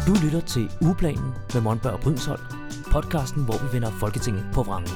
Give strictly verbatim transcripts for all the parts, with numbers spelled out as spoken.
Du lytter til Ugeplanen med Monberg og Brydensholt, podcasten, hvor vi vender Folketinget på vrangen.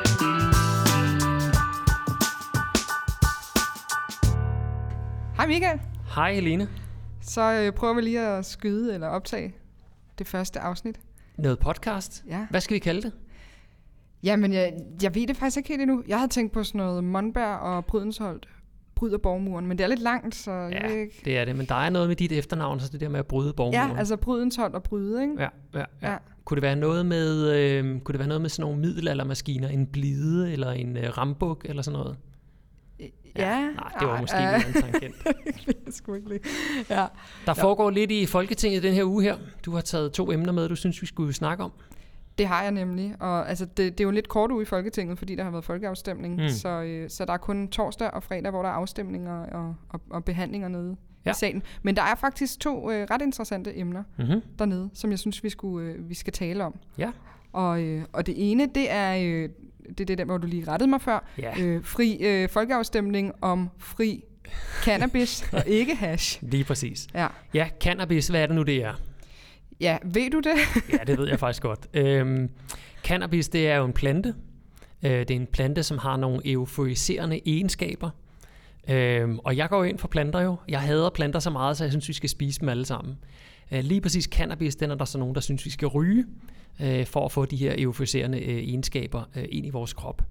Hej Michael. Hej Helene. Så øh, prøver vi lige at skyde eller optage det første afsnit. Noget podcast? Ja. Hvad skal vi kalde det? Jamen, jeg, jeg ved det faktisk ikke helt endnu. Jeg havde tænkt på sådan noget Monberg og Brydensholt. Bryder borgmuren, men det er lidt langt, så jeg ja, ved ikke. det er det, men der er noget med dit efternavn, så det der med at bryde borgmuren. Ja, altså Brydensholt og bryde, ikke? Ja, ja, ja. Ja. Kunne det være noget med, øh, kunne det være noget med sådan nogle middelaldermaskiner, en blide eller en øh, rambuk eller sådan noget? Ja. ja nej, det var Ej, måske øh. en tangent. Jeg skulle ikke lige. Ja. Der foregår lidt i Folketinget den her uge her. Du har taget to emner med, du synes, vi skulle snakke om. Det har jeg nemlig, og altså, det, det er jo en lidt kort uge i Folketinget, fordi der har været folkeafstemning, mm. så, øh, så der er kun torsdag og fredag, hvor der er afstemninger og, og, og behandlinger nede ja. i salen. Men der er faktisk to øh, ret interessante emner mm-hmm. dernede, som jeg synes, vi, skulle, øh, vi skal tale om. Ja. Og, øh, og det ene, det er øh, det, er det der, hvor du lige rettede mig før. Ja. Øh, fri øh, folkeafstemning om fri cannabis og ikke hash. Lige præcis. Ja. ja, cannabis, hvad er det nu, det er? Ja, ved du det? Ja, det ved jeg faktisk godt. Øhm, cannabis, det er jo en plante. Øh, det er en plante, som har nogle euforiserende egenskaber. Øhm, og jeg går jo ind for planter jo. Jeg hader planter så meget, så jeg synes, vi skal spise dem alle sammen. Øh, lige præcis cannabis, den er der så nogen, der synes, vi skal ryge, øh, for at få de her euforiserende øh, egenskaber øh, ind i vores krop.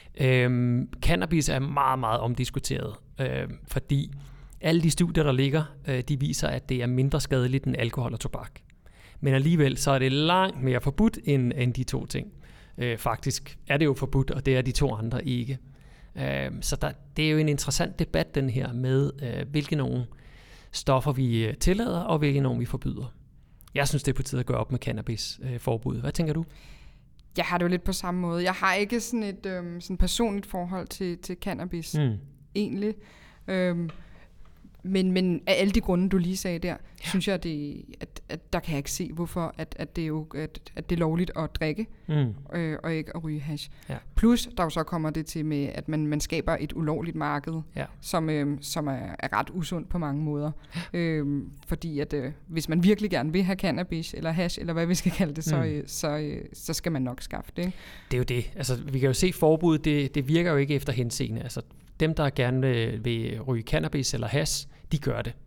Øhm, cannabis er meget, meget omdiskuteret, øh, fordi alle de studier, der ligger, øh, de viser, at det er mindre skadeligt end alkohol og tobak. Men alligevel så er det langt mere forbudt end, end de to ting. Øh, faktisk er det jo forbudt, og det er de to andre ikke. Øh, så der, det er jo en interessant debat, den her, med øh, hvilke nogle stoffer vi tillader, og hvilke nogle vi forbyder. Jeg synes, det er på tide at gøre op med cannabis-forbuddet. Øh, Hvad tænker du? Jeg har det jo lidt på samme måde. Jeg har ikke sådan et øhm, sådan personligt forhold til, til cannabis, mm. egentlig. Øhm, Men, men af alle de grunde, du lige sagde der, ja. synes jeg, det, at, at der kan jeg ikke se, hvorfor at, at, det, er jo, at, at det er lovligt at drikke, mm. øh, og ikke at ryge hash. Ja. Plus, der jo så kommer det til med, at man, man skaber et ulovligt marked, ja. som, øh, som er, er ret usundt på mange måder. Ja. Øh, fordi at øh, hvis man virkelig gerne vil have cannabis, eller hash, eller hvad vi skal kalde det, så, mm. øh, så, øh, så skal man nok skaffe det. Ikke? Det er jo det. Altså, vi kan jo se, forbuddet, det, det virker jo ikke efter henseende. Altså, dem, der gerne vil, vil ryge cannabis eller hash, de gør det.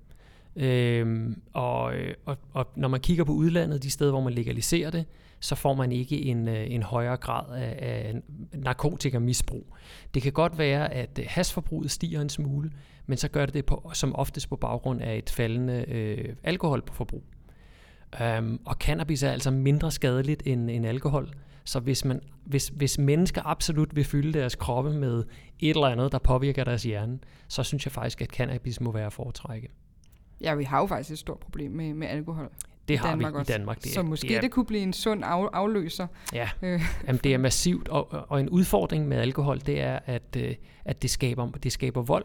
Øhm, og, og, og når man kigger på udlandet, de steder, hvor man legaliserer det, så får man ikke en, en højere grad af, af narkotikamisbrug. Det kan godt være, at hashforbruget stiger en smule, men så gør det det på, som oftest på baggrund af et faldende øh, alkoholforbrug. Øhm, og cannabis er altså mindre skadeligt end, end alkohol. Så hvis, man, hvis, hvis mennesker absolut vil fylde deres kroppe med et eller andet, der påvirker deres hjerne, så synes jeg faktisk, at cannabis må være at foretrække. Ja, vi har jo faktisk et stort problem med, med alkohol. Det har Danmark vi i også. Danmark. Det er, så måske det, er, det kunne blive en sund af, afløser. Ja, Jamen, det er massivt, og, og en udfordring med alkohol, det er, at, at det, skaber, det skaber vold.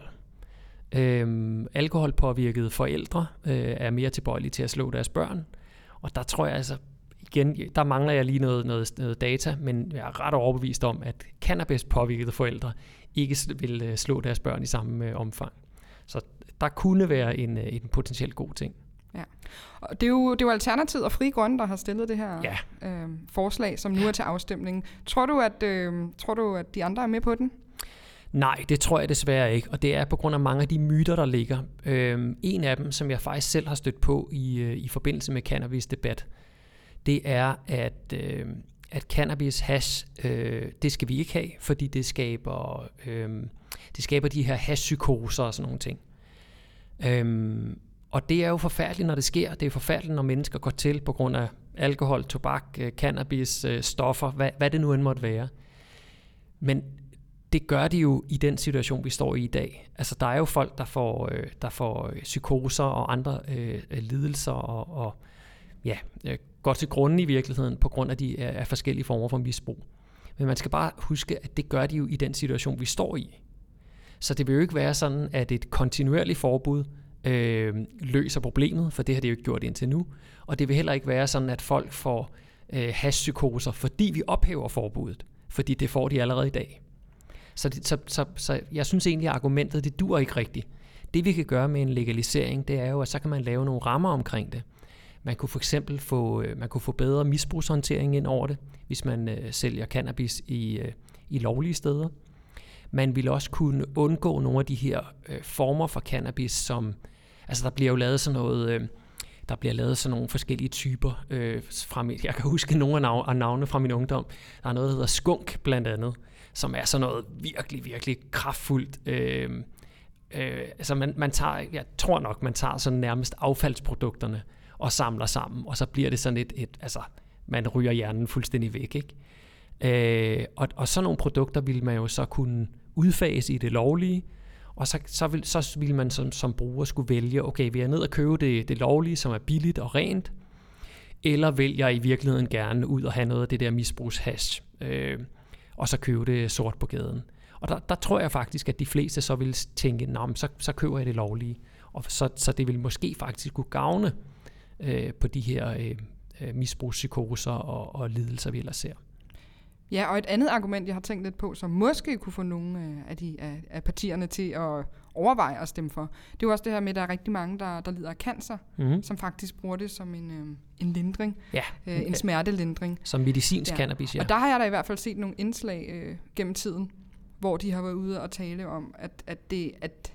Øhm, alkoholpåvirkede forældre øh, er mere tilbøjelige til at slå deres børn, og der tror jeg altså, igen, der mangler jeg lige noget, noget, noget data, men jeg er ret overbevist om, at cannabis-påvirkede forældre ikke vil slå deres børn i samme øh, omfang. Så der kunne være en, en potentielt god ting. Ja. Og det er jo, det er jo Alternativet og Frie Grønne, der har stillet det her ja. øh, forslag, som nu er til afstemning. Tror du, at, øh, tror du, at de andre er med på den? Nej, det tror jeg desværre ikke, og det er på grund af mange af de myter, der ligger. Øhm, en af dem, som jeg faktisk selv har stødt på i, øh, i forbindelse med cannabis-debat, det er, at, øh, at cannabis, hash, øh, det skal vi ikke have, fordi det skaber, øh, det skaber de her hash-psykoser og sådan nogle ting. Øhm, og det er jo forfærdeligt, når det sker. Det er forfærdeligt, når mennesker går til på grund af alkohol, tobak, cannabis, stoffer, hvad, hvad det nu end måtte være. Men det gør de jo i den situation, vi står i i dag. Altså, der er jo folk, der får, øh, der får psykoser og andre øh, lidelser og, og ja, går til grunden i virkeligheden på grund af de af, af forskellige former for misbrug. Men man skal bare huske, at det gør de jo i den situation, vi står i. Så det vil jo ikke være sådan, at et kontinuerligt forbud øh, løser problemet, for det har det jo ikke gjort indtil nu. Og det vil heller ikke være sådan, at folk får øh, hashpsykoser, fordi vi ophæver forbuddet. Fordi det får de allerede i dag. Så, det, så, så, så jeg synes egentlig, at argumentet, det dur ikke rigtigt. Det vi kan gøre med en legalisering, det er jo, at så kan man lave nogle rammer omkring det. Man kunne for eksempel få, øh, man kunne få bedre misbrugshåndtering ind over det, hvis man øh, sælger cannabis i, øh, i lovlige steder. Man ville også kunne undgå nogle af de her øh, former for cannabis, som, altså der bliver jo lavet sådan noget, øh, der bliver lavet sådan nogle forskellige typer, øh, fra mit, jeg kan huske nogle af, nav- af navne fra min ungdom. Der er noget, der hedder skunk blandt andet, som er sådan noget virkelig, virkelig kraftfuldt. Øh, øh, altså man, man tager, jeg tror nok, man tager sådan nærmest affaldsprodukterne og samler sammen, og så bliver det sådan et, et altså man ryger hjernen fuldstændig væk, ikke? Øh, og, og sådan nogle produkter ville man jo så kunne udfase i det lovlige, og så, så, vil, så ville man som, som bruger skulle vælge, okay, vil jeg ned og købe det, det lovlige, som er billigt og rent, eller vil jeg i virkeligheden gerne ud og have noget af det der misbrugshash, øh, og så købe det sort på gaden. Og der, der tror jeg faktisk, at de fleste så ville tænke, nå, så, så køber jeg det lovlige, og så, så det vil måske faktisk kunne gavne øh, på de her øh, misbrugspsykoser og, og lidelser, vi ellers ser. Ja, og et andet argument, jeg har tænkt lidt på, som måske kunne få nogle af, de, af, af partierne til at overveje at stemme for, det er jo også det her med, at der er rigtig mange, der, der lider af cancer, mm-hmm. som faktisk bruger det som en, øh, en lindring, ja. øh, en smertelindring. Som medicinsk ja. cannabis, ja. Og der har jeg da i hvert fald set nogle indslag øh, gennem tiden, hvor de har været ude og tale om, at, at det... At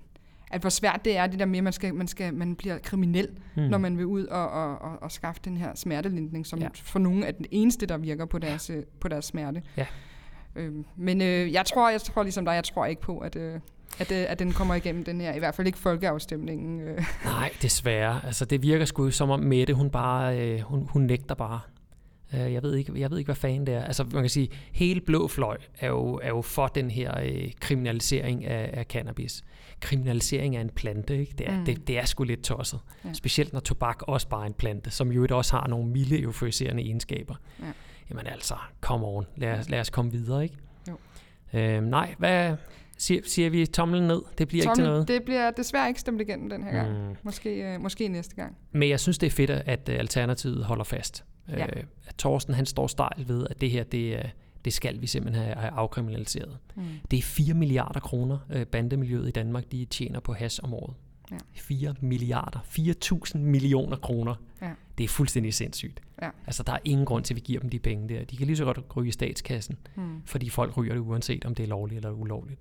at hvor svært det er, det der med, at man, skal, man, skal, man bliver kriminel, hmm. når man vil ud og, og, og, og skaffe den her smertelindring, som ja. for nogen er den eneste, der virker på deres, ja. på deres smerte. Ja. Øhm, men øh, jeg tror, jeg tror ligesom dig, jeg tror ikke på, at, øh, at, øh, at den kommer igennem den her, i hvert fald ikke folkeafstemningen. Øh. Nej, desværre. Altså, det virker sgu som om Mette, hun bare, øh, hun, hun nægter bare. Jeg ved ikke, jeg ved ikke, hvad fanden det er. Altså, man kan sige, hele blå fløj er jo, er jo for den her øh, kriminalisering af, af cannabis. Kriminalisering af en plante, ikke? Det er, mm. det, det er sgu lidt tosset. Ja. Specielt når tobak også bare er en plante, som jo også har nogle milde euforiserende egenskaber. Ja. Jamen altså, come on. Lad os, lad os komme videre, ikke? Jo. Øhm, nej, hvad siger, siger vi tommelen ned? Det bliver Tommel, ikke til noget. Det bliver desværre ikke stemt igennem den her gang. Mm. Måske, øh, måske næste gang. Men jeg synes, det er fedt, at Alternativet holder fast. Ja. Øh, at Torsten, han står stejlt ved, at det her, det, det skal vi simpelthen have afkriminaliseret. Mm. Det er fire milliarder kroner, øh, bandemiljøet i Danmark, de tjener på hash om året. Ja. fire milliarder. fire tusind millioner kroner. Ja. Det er fuldstændig sindssygt. Ja. Altså, der er ingen grund til, at vi giver dem de penge der. De kan lige så godt ryge i statskassen, mm. fordi folk ryger det, uanset om det er lovligt eller ulovligt.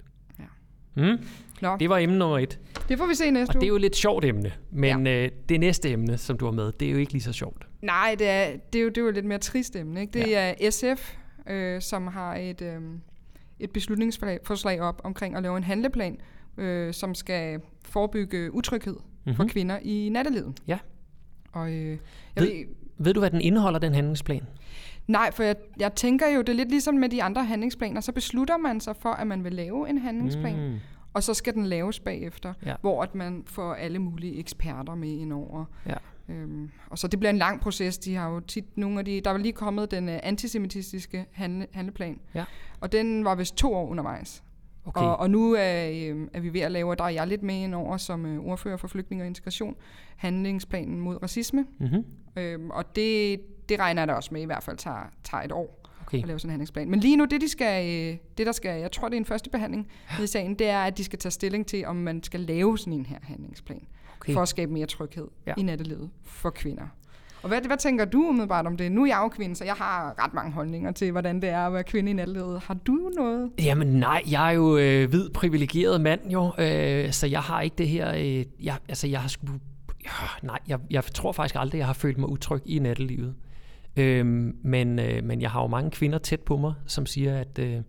Mm. Det var emne nummer et. Det får vi se næste uge. Og det er jo et lidt sjovt emne, men ja. øh, det næste emne, som du har med, det er jo ikke lige så sjovt. Nej, det er, det er, jo, det er jo et lidt mere trist emne. Ikke? Det ja. er S F, øh, som har et, øh, et beslutningsforslag op omkring at lave en handleplan, øh, som skal forebygge utryghed mm-hmm. for kvinder i nattelivet. Ja. Og, øh, jeg ved, ved, ved du, hvad den indeholder, den handlingsplan? Nej, for jeg, jeg tænker jo, det er lidt ligesom med de andre handlingsplaner, så beslutter man sig for, at man vil lave en handlingsplan, mm. og så skal den laves bagefter, ja. hvor at man får alle mulige eksperter med indover. Ja. Øhm, og så det bliver en lang proces. De har jo tit nogle af de, der var lige kommet den uh, antisemitistiske handle, handleplan, ja. og den var vist to år undervejs. Okay. Og, og nu er, øh, er vi ved at lave, og der er jeg lidt med indover som øh, ordfører for flygtninge og integration, handlingsplanen mod racisme. Mm-hmm. Øhm, og det, det regner jeg da også med, i hvert fald tager, tager et år okay. at lave sådan en handlingsplan. Men lige nu, det, de skal, øh, det der skal, jeg tror det er en første behandling ja. i sagen, det er, at de skal tage stilling til, om man skal lave sådan en her handlingsplan, okay. for at skabe mere tryghed ja. i nattelivet for kvinder. Og hvad, hvad tænker du umiddelbart om det? Nu er jeg jo kvinde, så jeg har ret mange holdninger til, hvordan det er at være kvinde i nattelivet. Har du noget? Jamen nej, jeg er jo øh, hvid, privilegeret mand jo, øh, så jeg har ikke det her... Øh, jeg, altså jeg har sgu... Øh, nej, jeg, jeg tror faktisk aldrig, jeg har følt mig utryg i nattelivet. Øh, men, øh, men jeg har jo mange kvinder tæt på mig, som siger, at... Øh,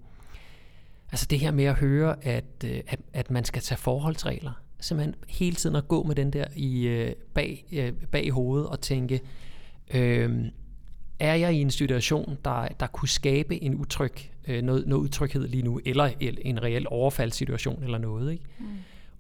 altså det her med at høre, at, øh, at, at man skal tage forholdsregler, simpelthen hele tiden at gå med den der i, øh, bag, øh, bag i hovedet og tænke, øh, er jeg i en situation, der, der kunne skabe en utryg, øh, noget, noget utryghed lige nu, eller en reel overfaldssituation eller noget, ikke? Mm.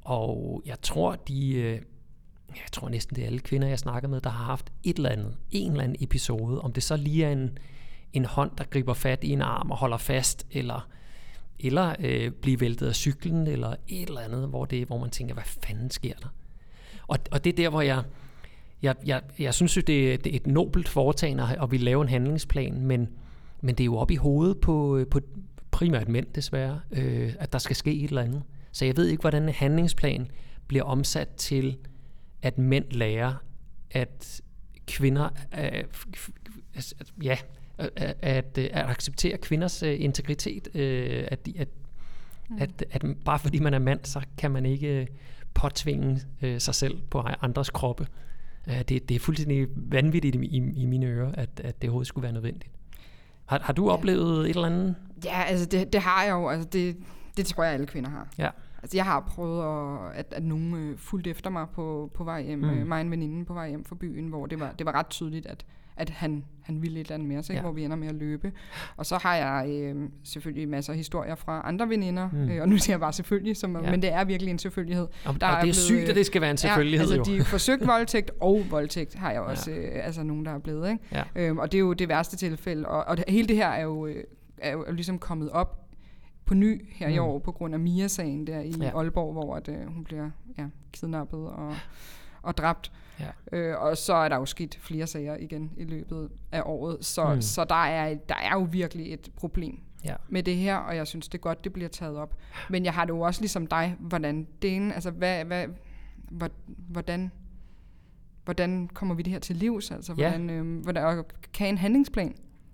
Og jeg tror, de, øh, jeg tror næsten det er alle kvinder, jeg snakker med, der har haft et eller andet, en eller anden episode, om det så lige er en, en hånd, der griber fat i en arm og holder fast, eller eller øh, blive væltet af cyklen, eller et eller andet, hvor, det, hvor man tænker, hvad fanden sker der? Og, og det er der, hvor jeg, jeg, jeg, jeg synes, det er, det er et nobelt foretagende, at vi laver en handlingsplan, men, men det er jo op i hovedet på, på primært mænd, desværre, øh, at der skal ske et eller andet. Så jeg ved ikke, hvordan en handlingsplan bliver omsat til, at mænd lærer, at kvinder, øh, ja, at, at, at acceptere kvinders øh, integritet, øh, at, de, at, mm. at, at bare fordi man er mand, så kan man ikke påtvinge øh, sig selv på andres kroppe. Øh, det, det er fuldstændig vanvittigt i, i, i mine ører, at, at det overhovedet skulle være nødvendigt. Har, har du ja. oplevet et eller andet? Ja, altså det, det har jeg jo. Altså det, det tror jeg, alle kvinder har. Ja. Altså jeg har prøvet, at, at, at nogen øh, fulgte efter mig på, på vej hjem, mm. øh, mig og en veninde på vej hjem fra byen, hvor det var, det var ret tydeligt, at, at han, han ville et eller andet mere, så, ja. hvor vi ender med at løbe. Og så har jeg øh, selvfølgelig masser af historier fra andre veninder, mm. øh, og nu siger jeg bare selvfølgelig, som, ja. men det er virkelig en selvfølgelighed. Og, der og det er, er blevet, sygt, at det skal være en selvfølgelighed. Ja, altså jo. de forsøgt voldtægt og voldtægt har jeg også, ja. øh, altså nogen, der er blevet. Ikke? Ja. Øhm, og det er jo det værste tilfælde, og, og det, hele det her er jo, øh, er jo ligesom kommet op på ny her mm. i år, på grund af Mia-sagen der i ja. Aalborg, hvor at, øh, hun bliver ja, kidnappet og, og dræbt. Ja. Øh, og så er der jo sket flere sager igen i løbet af året, så, mm. så der, er, der er jo virkelig et problem ja. med det her, og jeg synes, det er godt, det bliver taget op. Men jeg har det jo også ligesom dig, hvordan det ene, altså hvad, hvad, hvordan, hvordan kommer vi det her til livs? Altså, hvordan, ja. øh, hvordan, kan en handlingsplan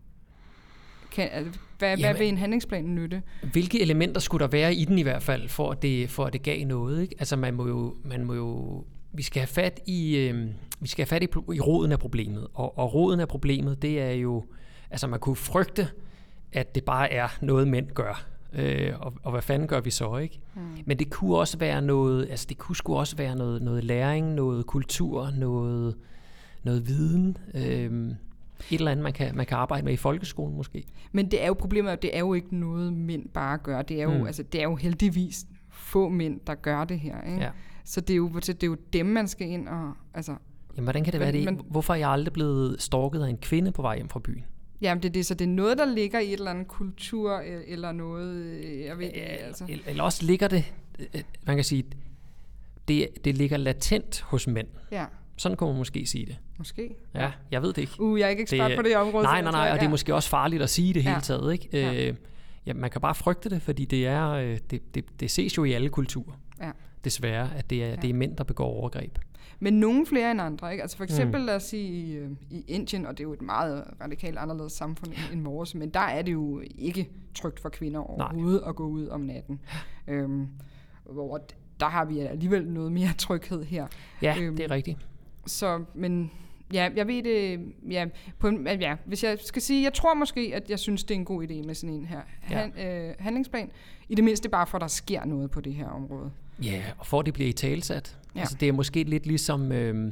Kan, altså, hvad, Jamen, hvad vil en handlingsplan nytte? Hvilke elementer skulle der være i den i hvert fald, for at det, for at det gav noget? Ikke? Altså man må jo, man må jo, vi skal have fat i, øh, vi skal have fat i, i roden af problemet, og, og roden af problemet, det er jo, altså man kunne frygte, at det bare er noget mænd gør, øh, og, og hvad fanden gør vi så, ikke? Hmm. Men det kunne også være noget, altså det kunne sgu også være noget, noget læring, noget kultur, noget, noget viden. Øh, Et eller andet, man kan, man kan arbejde med i folkeskolen måske. Men det er jo problemet, at det er jo ikke noget, mænd bare gør. Det er jo, mm. altså, det er jo heldigvis få mænd, der gør det her. Ikke? Ja. Så det er, jo, det er jo dem, man skal ind og... Altså, Jamen, hvordan kan det være det? Man, Hvorfor er jeg aldrig blevet stalket af en kvinde på vej hjem fra byen? Jamen, det er det. Så det er noget, der ligger i et eller andet kultur, eller noget... Jeg ved ikke, altså. Eller også ligger det... Man kan sige, det, det ligger latent hos mænd. Ja. Sådan kunne man måske sige det. Måske. Ja, jeg ved det ikke. Uh, jeg er ikke ekspert det, på det område. Nej, nej, nej, og det er måske også farligt at sige det hele ja. taget, ikke? Ja. Øh, ja, man kan bare frygte det, fordi det er det, det, det ses jo i alle kulturer. Ja. Desværre, at det er, ja. det er mænd, der begår overgreb. Men nogen flere end andre, ikke? Altså for eksempel, mm. lad os sige, i, i Indien, og det er jo et meget radikalt anderledes samfund end vores, men der er det jo ikke trygt for kvinder overhovedet at gå ud om natten. Øhm, hvor der har vi alligevel noget mere tryghed her. Ja, øhm, det er rigtigt. Så, men ja, jeg ved det, ja, på, ja, hvis jeg skal sige, jeg tror måske, at jeg synes, det er en god idé med sådan en her han, ja. øh, handlingsplan. I det mindste bare for, at der sker noget på det her område. Ja, og for at det bliver italesat. Ja. Altså, det er måske lidt ligesom, øh,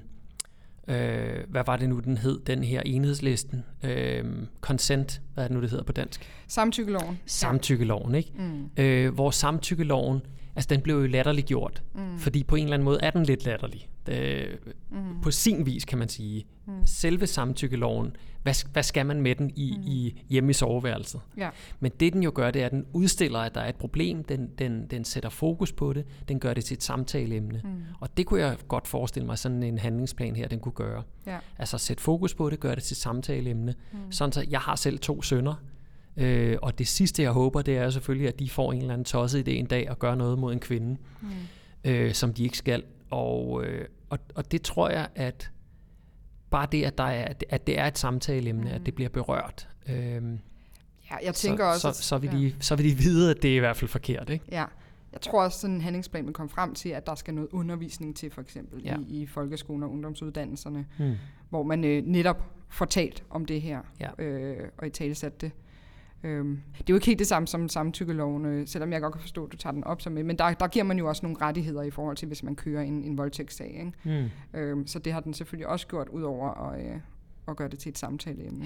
øh, hvad var det nu, den hed, den her enhedslisten? Øh, consent, hvad er det nu, det hedder på dansk? Samtykkeloven. Samtykkeloven, ikke? Mm. Øh, hvor samtykkeloven, altså den blev jo latterligt gjort, mm. fordi på en eller anden måde er den lidt latterlig. Det, mm. På sin vis, kan man sige. Mm. Selve samtykkeloven, hvad, hvad skal man med den i, mm. i hjemme i soveværelset? Ja. Men det den jo gør, det er, at den udstiller, at der er et problem, den, den, den sætter fokus på det, den gør det til et samtaleemne. Mm. Og det kunne jeg godt forestille mig, sådan en handlingsplan her, den kunne gøre. Ja. Altså sætte fokus på det, gøre det til et samtaleemne. Mm. Sådan så, jeg har selv to sønner, øh, og det sidste, jeg håber, det er selvfølgelig, at de får en eller anden tosset idé en dag og gør noget mod en kvinde, mm. øh, som de ikke skal. Og, øh, og, og det tror jeg, at bare det, at, der er, at det er et samtaleemne, mm. at det bliver berørt, øh, ja, jeg tænker så, også, så, så, vil de, ja. så vil de vide, at det er i hvert fald forkert, ikke? Ja, jeg tror også, sådan en handlingsplan vil komme frem til, at der skal noget undervisning til, for eksempel ja. i, i folkeskolen og ungdomsuddannelserne, mm. hvor man øh, netop får talt om det her, ja. øh, og i talesat det. Øhm, det er jo ikke helt det samme som samtykkeloven, øh, selvom jeg godt kan forstå, at du tager den op som med, men der, der giver man jo også nogle rettigheder i forhold til, hvis man kører en, en voldtægtssag, ikke? Mm. Øhm, så det har den selvfølgelig også gjort, ud over at, øh, at gøre det til et samtaleemne.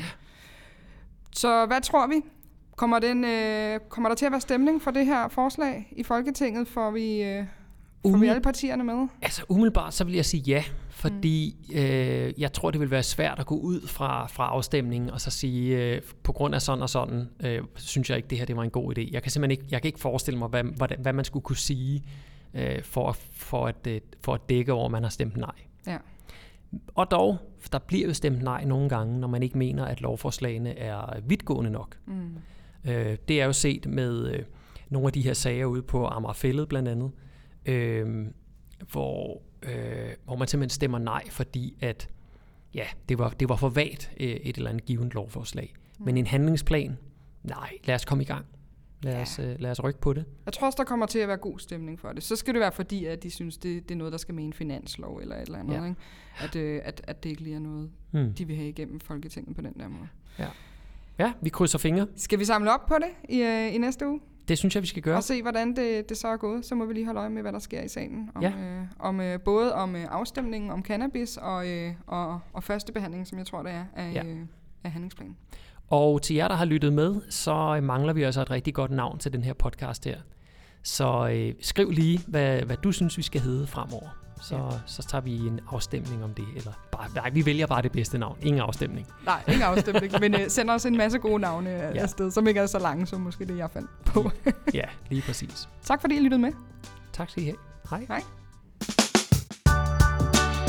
Så hvad tror vi? Kommer, den, øh, kommer der til at være stemning for det her forslag i Folketinget? Får vi, øh, får Umid- vi alle partierne med? Altså umiddelbart, så vil jeg sige ja, fordi mm. øh, jeg tror, det vil være svært at gå ud fra, fra afstemningen og så sige, øh, på grund af sådan og sådan, øh, synes jeg ikke, det her det var en god idé. Jeg kan simpelthen ikke, jeg kan ikke forestille mig, hvad, hvad, hvad man skulle kunne sige øh, for, for, at, for at dække over, at man har stemt nej. Ja. Og dog, der bliver jo stemt nej nogle gange, når man ikke mener, at lovforslagene er vidtgående nok. Mm. Øh, det er jo set med øh, nogle af de her sager ude på Amagerfælled blandt andet, øh, hvor, øh, hvor man simpelthen stemmer nej, fordi at ja, det var, det var for vagt øh, et eller andet givet lovforslag. Mm. Men en handlingsplan, nej, lad os komme i gang. Lad, ja. os, øh, lad os rykke på det. Jeg tror også, der kommer til at være god stemning for det. Så skal det være fordi, at de synes, det, det er noget, der skal med en finanslov eller et eller andet. Ja. Ikke? At, øh, at, at det ikke lige er noget, mm. de vil have igennem Folketinget på den der måde. Ja, ja vi krydser fingre. Skal vi samle op på det i, øh, i næste uge? Det synes jeg, vi skal gøre. Og se, hvordan det, det så er gået. Så må vi lige holde øje med, hvad der sker i salen. Om, ja. øh, om, øh, både om øh, afstemningen om cannabis og, øh, og, og første behandling, som jeg tror, det er, af, ja. øh, af handlingsplanen. Og til jer, der har lyttet med, så mangler vi også et rigtig godt navn til den her podcast her. Så øh, skriv lige, hvad, hvad du synes, vi skal hedde fremover. Så, ja. så tager vi en afstemning om det. Eller bare, nej, vi vælger bare det bedste navn. Ingen afstemning. Nej, ingen afstemning. Men uh, send os en masse gode navne ja. afsted, som ikke er så lange, som måske det, jeg fandt på. Ja, lige præcis. Tak fordi I lyttede med. Tak skal I have. Hej. Hej.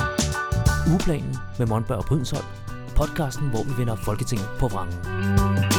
Ugeplanen med Monberg og Brydensholt. Podcasten, hvor vi vender Folketinget på vrangen.